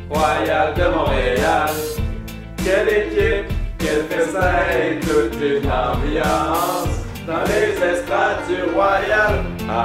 Royal de Montréal. Quelle équipe, quel festin, toute une ambiance dans les estrades du Royal.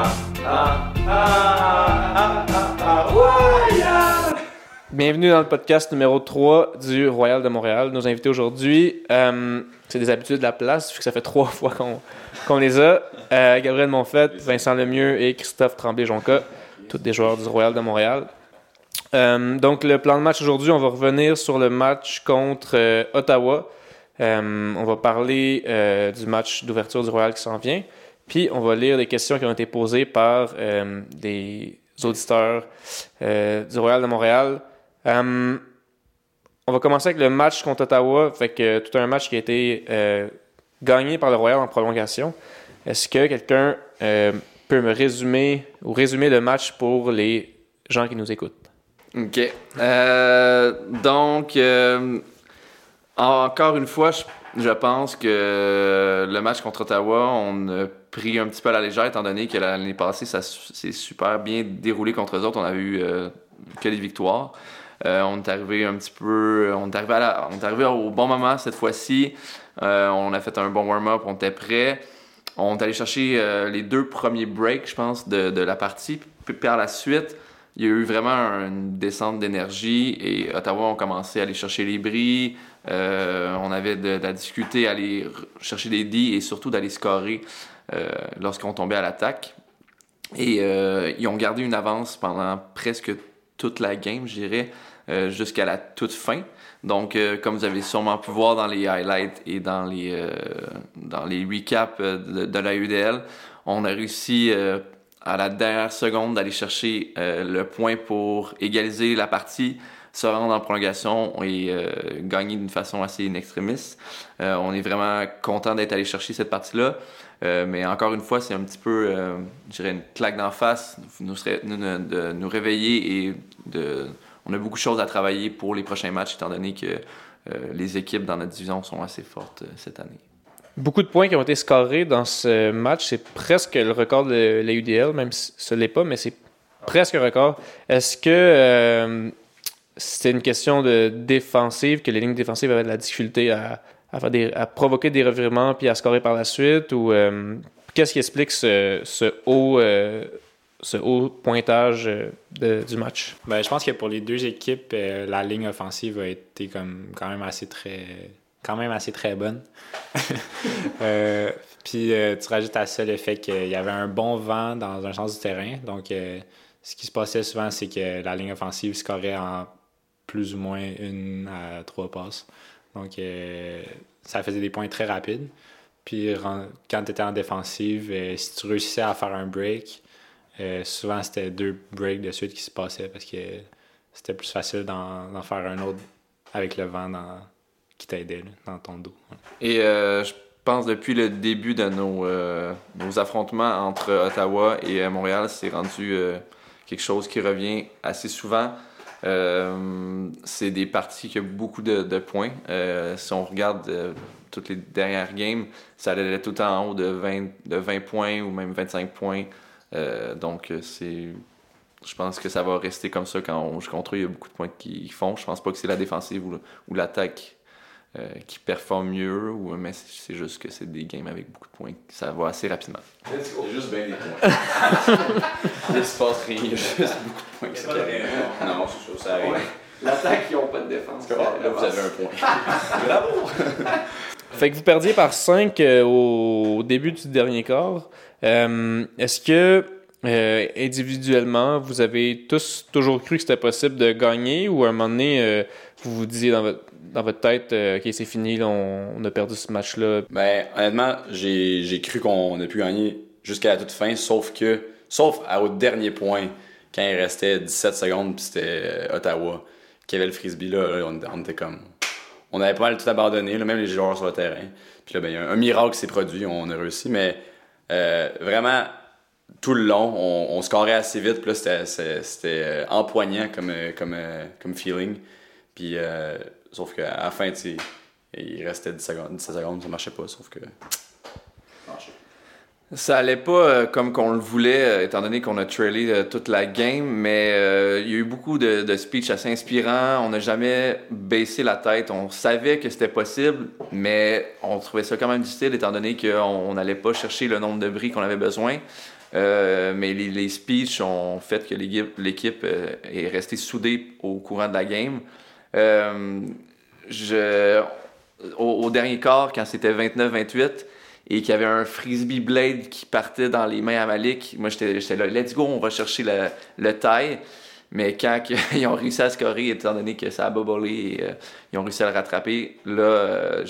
Royal! Bienvenue dans le podcast numéro 3 du Royal de Montréal. Nos invités aujourd'hui, c'est des habitués de la place, vu que ça fait 3 fois qu'on les a. Gabriel Monfette, Vincent Lemieux et Christophe Tremblay-Jonca, tous des joueurs du Royal de Montréal. Donc, le plan de match aujourd'hui, on va revenir sur le match contre Ottawa. On va parler du match d'ouverture du Royal qui s'en vient. Puis, on va lire des questions qui ont été posées par des auditeurs du Royal de Montréal. On va commencer avec le match contre Ottawa. Fait que tout un match qui a été gagné par le Royal en prolongation. Est-ce que quelqu'un peut me résumer le match pour les gens qui nous écoutent? OK. Donc, encore une fois, je pense que le match contre Ottawa, on a pris un petit peu à la légère, étant donné que l'année passée, ça s'est super bien déroulé contre eux autres. On avait eu que des victoires. On est arrivé au bon moment cette fois-ci. On a fait un bon warm-up, on était prêt. On est allé chercher les 2 premiers breaks, je pense, de la partie. Puis par la suite, il y a eu vraiment une descente d'énergie et Ottawa ont commencé à aller chercher les bris. On avait de la difficulté à aller chercher des D et surtout d'aller scorer lorsqu'on tombait à l'attaque. Et ils ont gardé une avance pendant presque toute la game, je dirais, jusqu'à la toute fin. Donc, comme vous avez sûrement pu voir dans les highlights et dans les recaps de la UDL, on a réussi à la dernière seconde d'aller chercher le point pour égaliser la partie, se rendre en prolongation et gagner d'une façon assez in extremis. On est vraiment content d'être allé chercher cette partie-là. Mais encore une fois, c'est un petit peu, je dirais, une claque d'en face, de nous réveiller et on a beaucoup de choses à travailler pour les prochains matchs, étant donné que les équipes dans notre division sont assez fortes cette année. Beaucoup de points qui ont été scorés dans ce match. C'est presque le record de la UDL, même si ce n'est pas, mais c'est presque un record. Est-ce que c'était une question de défensive, que les lignes défensives avaient de la difficulté à provoquer des revirements puis à scorer par la suite? Ou qu'est-ce qui explique ce haut pointage du match? Ben, je pense que pour les deux équipes, la ligne offensive a été quand même assez très bonne. Puis tu rajoutes à ça le fait qu'il y avait un bon vent dans un sens du terrain. Donc, ce qui se passait souvent, c'est que la ligne offensive scorait en plus ou moins 1 à 3 passes. Donc, ça faisait des points très rapides. Puis, quand tu étais en défensive, si tu réussissais à faire un break, souvent c'était 2 breaks de suite qui se passaient parce que c'était plus facile d'en faire un autre avec le vent qui t'aidait là, dans ton dos. Et je pense depuis le début de nos affrontements entre Ottawa et Montréal, c'est rendu quelque chose qui revient assez souvent. C'est des parties qui ont beaucoup de points. Si on regarde toutes les dernières games, ça allait tout le temps en haut de 20 points ou même 25 points. Donc, je pense que ça va rester comme ça quand on joue contre eux. Il y a beaucoup de points qu'ils font. Je pense pas que c'est la défensive ou l'attaque qui performe mieux, mais c'est juste que c'est des games avec beaucoup de points. Ça va assez rapidement. Il y a juste bien des points. Il se passe rien, il y a juste beaucoup de points qui se carrent. Non, c'est ça, ça arrive. Ouais. L'attaque, ils n'ont pas de défense. Là, vous avez un point. Bravo! Fait que vous perdiez par 5 au début du dernier quart. Est-ce que individuellement, vous avez tous toujours cru que c'était possible de gagner ou à un moment donné, vous vous disiez dans votre tête, OK, c'est fini, là, on a perdu ce match-là? Ben, honnêtement, j'ai cru qu'on a pu gagner jusqu'à la toute fin, sauf au dernier point, quand il restait 17 secondes, puis c'était Ottawa qui avait le frisbee, là, on était comme... On avait pas mal tout abandonné, là, même les joueurs sur le terrain. Puis là, ben, il y a un miracle qui s'est produit, on a réussi, mais vraiment, tout le long, on scorait assez vite, puis là, c'était empoignant comme feeling. Puis, sauf qu'à la fin, tu sais, il restait 17 secondes, ça marchait pas, sauf que... Ça allait pas comme qu'on le voulait, étant donné qu'on a trailé toute la game, mais il y a eu beaucoup de speech assez inspirants. On n'a jamais baissé la tête. On savait que c'était possible, mais on trouvait ça quand même difficile, étant donné qu'on n'allait pas chercher le nombre de bris qu'on avait besoin. Mais les speeches ont fait que l'équipe est restée soudée au courant de la game. Au dernier quart, quand c'était 29-28, et qu'il y avait un frisbee blade qui partait dans les mains à Malik, moi j'étais là, let's go, on va chercher le tie. Mais quand ils ont réussi à scorer, étant donné que ça a bubblé, ils ont réussi à le rattraper, là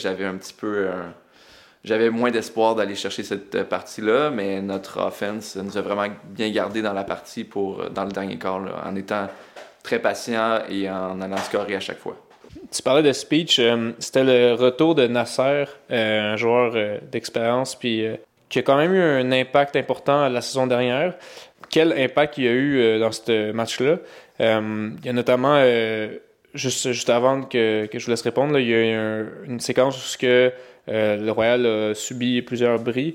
j'avais moins d'espoir d'aller chercher cette partie-là, mais notre offense nous a vraiment bien gardé dans la partie dans le dernier quart, là, en étant très patient et en allant scorer à chaque fois. Tu parlais de speech, c'était le retour de Nasser, un joueur d'expérience, puis qui a quand même eu un impact important la saison dernière. Quel impact il y a eu dans ce match-là? Il y a notamment, juste avant que je vous laisse répondre, là, il y a eu une séquence où le Royal a subi plusieurs bris,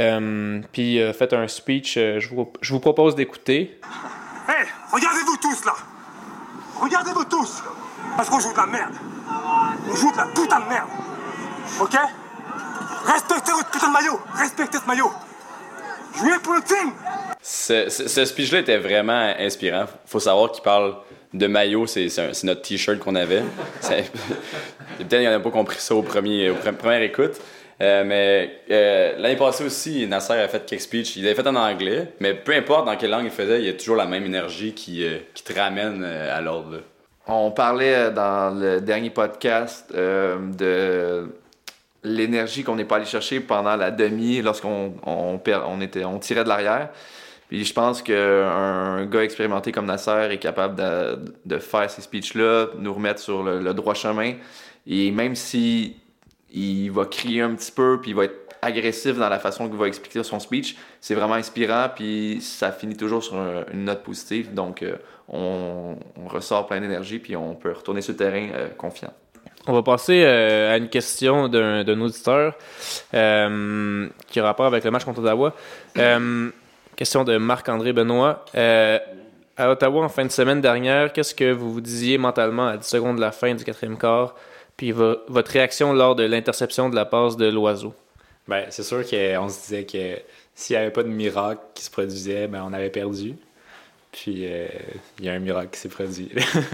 puis a fait un speech. Je vous propose d'écouter. Hey, regardez-vous tous là! Regardez-vous tous! Parce qu'on joue de la merde. On joue de la putain de merde. Ok? Respectez votre putain de maillot. Respectez ce maillot. Jouez pour le team. Ce speech-là était vraiment inspirant. Faut savoir qu'il parle de maillot. C'est notre t-shirt qu'on avait. Peut-être qu'il n'y en a pas compris ça au première écoute. Mais l'année passée aussi, Nasser a fait quelques speeches. Il avait fait en anglais. Mais peu importe dans quelle langue il faisait, il y a toujours la même énergie qui te ramène à l'ordre, là. On parlait dans le dernier podcast de l'énergie qu'on n'est pas allé chercher pendant la demi lorsqu'on tirait de l'arrière. Puis je pense qu'un gars expérimenté comme Nasser est capable de faire ces speeches-là, nous remettre sur le droit chemin. Et même si il va crier un petit peu, puis il va être agressif dans la façon qu'il va expliquer son speech, c'est vraiment inspirant, puis ça finit toujours sur une note positive. Donc on ressort plein d'énergie, puis on peut retourner sur le terrain confiant. On va passer à une question d'un auditeur qui a rapport avec le match contre Ottawa. Question de Marc-André Benoît. À Ottawa, en fin de semaine dernière, qu'est-ce que vous vous disiez mentalement à 10 secondes de la fin du quatrième quart? Puis votre réaction lors de l'interception de la passe de l'Oiseau? Ben, c'est sûr qu'on se disait que s'il n'y avait pas de miracle qui se produisait, ben, on avait perdu. Puis il y a un miracle qui s'est produit.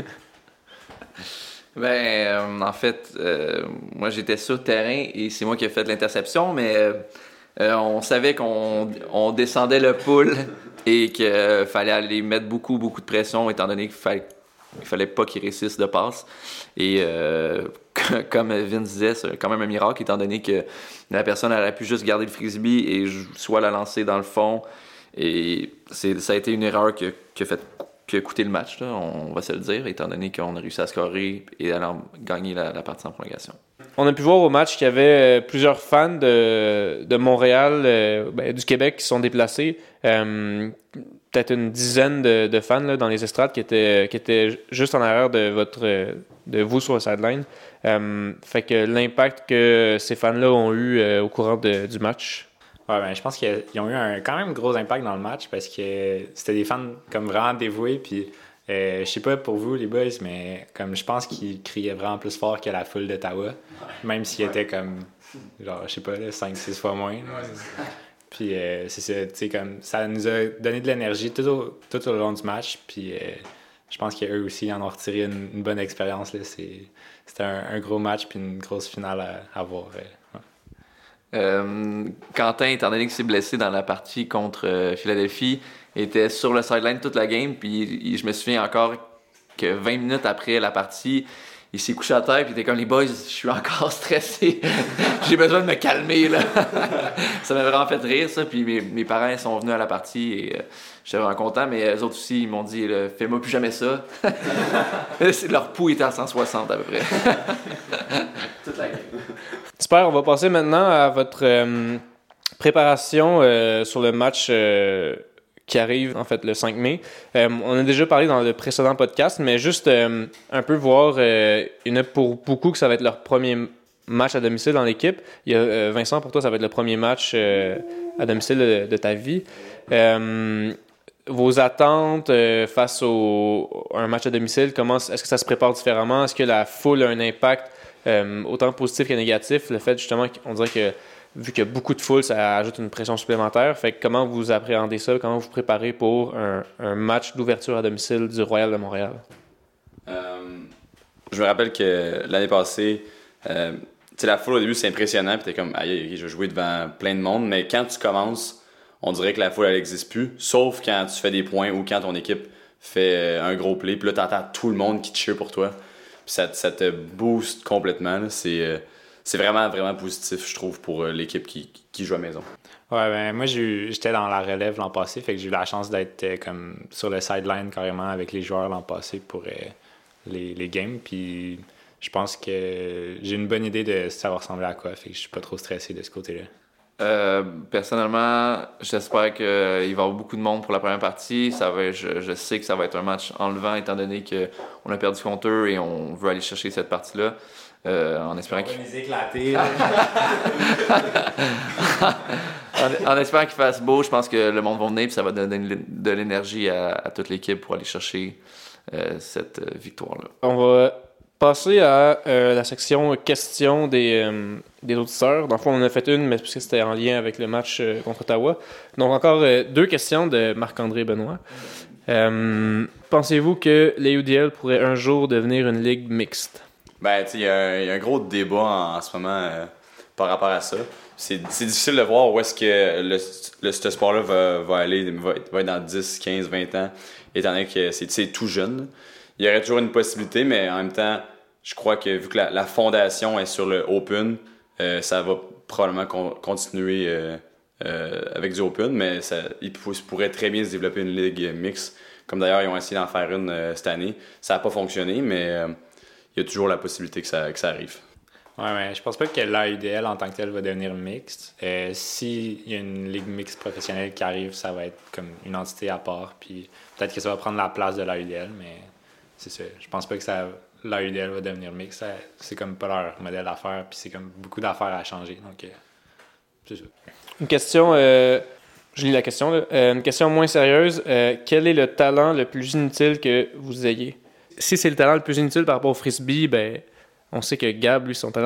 En fait, moi j'étais sur le terrain et c'est moi qui ai fait l'interception, mais on savait qu'on descendait le pool et qu'il fallait aller mettre beaucoup de pression étant donné qu'il fallait pas qu'ils réussissent de passe. Et comme Vince disait, c'est quand même un miracle étant donné que la personne aurait pu juste garder le frisbee et soit la lancer dans le fond. Et ça a été une erreur qui a coûté le match, là, on va se le dire, étant donné qu'on a réussi à scorer et à gagner la partie en prolongation. On a pu voir au match qu'il y avait plusieurs fans de Montréal, du Québec qui sont déplacés. Peut-être une dizaine de fans là, dans les estrades qui étaient juste en arrière de vous sur le sideline. Fait que l'impact que ces fans-là ont eu au courant du match. Ouais, ben, je pense qu'ils ont eu quand même gros impact dans le match parce que c'était des fans comme vraiment dévoués. Puis je sais pas pour vous les boys, mais comme je pense qu'ils criaient vraiment plus fort que la foule d'Ottawa, même s'ils étaient comme genre je sais pas 5-6 fois moins. Puis c'est ça, tu sais, comme ça nous a donné de l'énergie tout au long du match. Puis je pense qu'eux aussi en ont retiré une bonne expérience. Là. C'était un gros match puis une grosse finale à avoir. Quentin, étant donné qu'il s'est blessé dans la partie contre Philadelphie, était sur le sideline toute la game. Puis je me souviens encore que 20 minutes après la partie, il s'est couché à terre et il était comme les boys, je suis encore stressé. J'ai besoin de me calmer là. Ça m'a vraiment fait rire ça. Puis mes parents sont venus à la partie et j'étais vraiment content, mais eux autres aussi ils m'ont dit fais-moi plus jamais ça. Leur pouls était à 160 à peu près. Toute la game. Super, on va passer maintenant à votre préparation sur le match qui arrive, en fait, le 5 mai. On a déjà parlé dans le précédent podcast, mais juste un peu voir, il y en a pour beaucoup que ça va être leur premier match à domicile dans l'équipe. Il y a Vincent, pour toi, ça va être le premier match à domicile de ta vie. Vos attentes face à un match à domicile, est-ce que ça se prépare différemment? Est-ce que la foule a un impact autant positif que négatif? Le fait justement qu'on dirait que vu qu'il y a beaucoup de foule, ça ajoute une pression supplémentaire. Fait que comment vous appréhendez ça? Comment vous préparez pour un match d'ouverture à domicile du Royal de Montréal? Je me rappelle que l'année passée, la foule au début c'est impressionnant, puis t'es comme aïe, je vais jouer devant plein de monde, mais quand tu commences, on dirait que la foule elle existe plus, sauf quand tu fais des points ou quand ton équipe fait un gros play, puis là t'entends tout le monde qui te cheer pour toi, puis ça te booste complètement. Là. C'est vraiment, vraiment positif, je trouve, pour l'équipe qui joue à la maison. Ouais, ben moi j'étais dans la relève l'an passé, fait que j'ai eu la chance d'être comme sur le sideline carrément avec les joueurs l'an passé pour les games, puis je pense que j'ai une bonne idée de ça va ressembler à quoi, fait que je suis pas trop stressé de ce côté-là. Personnellement, j'espère qu'il va y avoir beaucoup de monde pour la première partie. Je sais que ça va être un match enlevant étant donné qu'on a perdu contre eux et on veut aller chercher cette partie-là. En espérant en espérant qu'il fasse beau, je pense que le monde va venir et ça va donner de l'énergie à toute l'équipe pour aller chercher cette victoire-là. On va passer à la section questions des auditeurs. Dans le fond, on en a fait une, mais parce que c'était en lien avec le match contre Ottawa. Donc encore 2 questions de Marc-André Benoît. Pensez-vous que l'AUDL pourrait un jour devenir une ligue mixte? Ben, il y a un gros débat en ce moment par rapport à ça. C'est difficile de voir où est-ce que ce sport-là va aller, va être dans 10, 15, 20 ans, étant donné que c'est tout jeune. Il y aurait toujours une possibilité, mais en même temps, je crois que vu que la fondation est sur le Open, ça va probablement continuer avec du Open, mais il pourrait très bien se développer une ligue mixte. Comme d'ailleurs, ils ont essayé d'en faire une cette année. Ça n'a pas fonctionné, mais il y a toujours la possibilité que ça arrive. Ouais, mais je pense pas que l'AUDL en tant que tel va devenir mixte. S'il y a une ligue mixte professionnelle qui arrive, ça va être comme une entité à part. Puis peut-être que ça va prendre la place de l'AUDL, mais c'est ça. Je pense pas que l'AUDL va devenir mixte. C'est comme pas leur modèle d'affaires, puis c'est comme beaucoup d'affaires à changer. Donc, c'est ça. Une question, je lis la question, là. Une question moins sérieuse. Quel est le talent le plus inutile que vous ayez? Si c'est le talent le plus inutile par rapport au frisbee, ben, on sait que Gab, lui, son talent...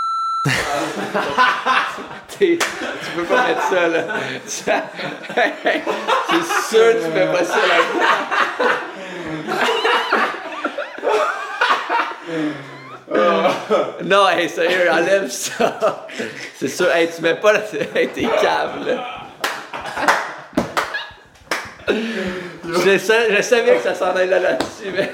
Tu peux pas mettre ça, là. C'est sûr que tu fais pas ça, là. Non, hey, sérieux, enlève ça. C'est sûr, hey, tu mets pas là, hey, t'es cave, là. Je savais que ça s'en allait là-dessus, mais...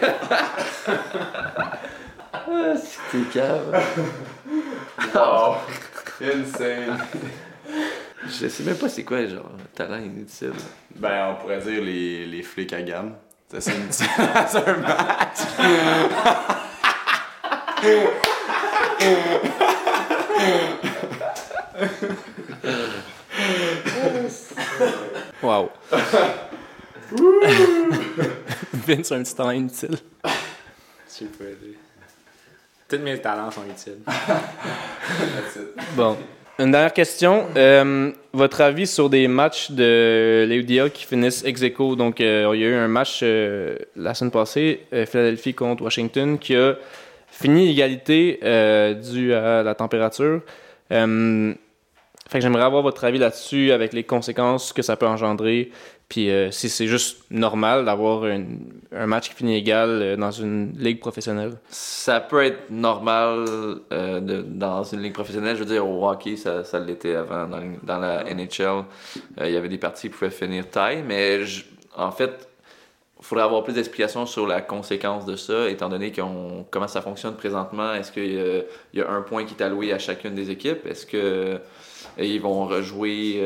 c'est que t'es cave. Wow. Insane. Je sais même pas c'est quoi, genre, talent inutile. Ben, on pourrait dire les flics à gamme. C'est inutile. C'est un match. Wow. Vince a un petit talent inutile. Je peux aider. Tous mes talents sont utiles. Bon. Une dernière question. Votre avis sur des matchs de l'AUDL qui finissent ex-aequo. Donc, il y a eu un match la semaine passée, Philadelphie contre Washington, qui a fini l'égalité due à la température. Fait que j'aimerais avoir votre avis là-dessus avec les conséquences que ça peut engendrer. Puis si c'est juste normal d'avoir un match qui finit égal dans une ligue professionnelle. Ça peut être normal dans une ligue professionnelle. Je veux dire, au hockey, ça l'était avant. Dans la NHL, il y avait des parties qui pouvaient finir taille. Mais en fait, il faudrait avoir plus d'explications sur la conséquence de ça, étant donné comment ça fonctionne présentement. Est-ce qu'il y a un point qui est alloué à chacune des équipes? Est-ce qu'ils vont rejouer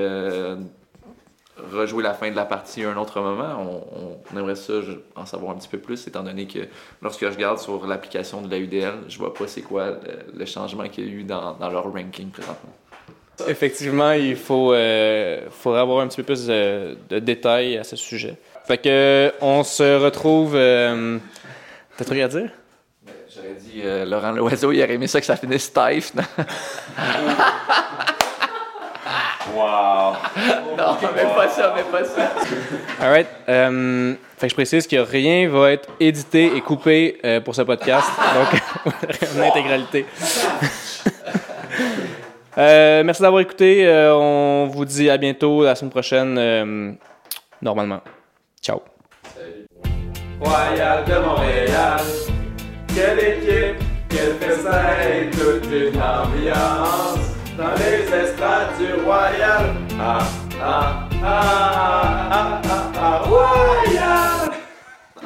la fin de la partie à un autre moment? On aimerait ça en savoir un petit peu plus, étant donné que lorsque je regarde sur l'application de l'AUDL, je vois pas c'est quoi le changement qu'il y a eu dans leur ranking présentement. Effectivement, il faudrait avoir un petit peu plus de détails à ce sujet. Fait que on se retrouve... T'as trop à dire? J'aurais dit Laurent Loiseau, il aurait aimé ça que ça finisse Steiff. Wow! Non, mais pas ça. Alright. Fait que je précise que rien va être édité et coupé pour ce podcast. Donc, en intégralité. Merci d'avoir écouté. On vous dit à bientôt la semaine prochaine, normalement. Ciao. Royal de Montréal, quelle équipe, quel festin, toute une ambiance dans les estrades du Royal. Royal!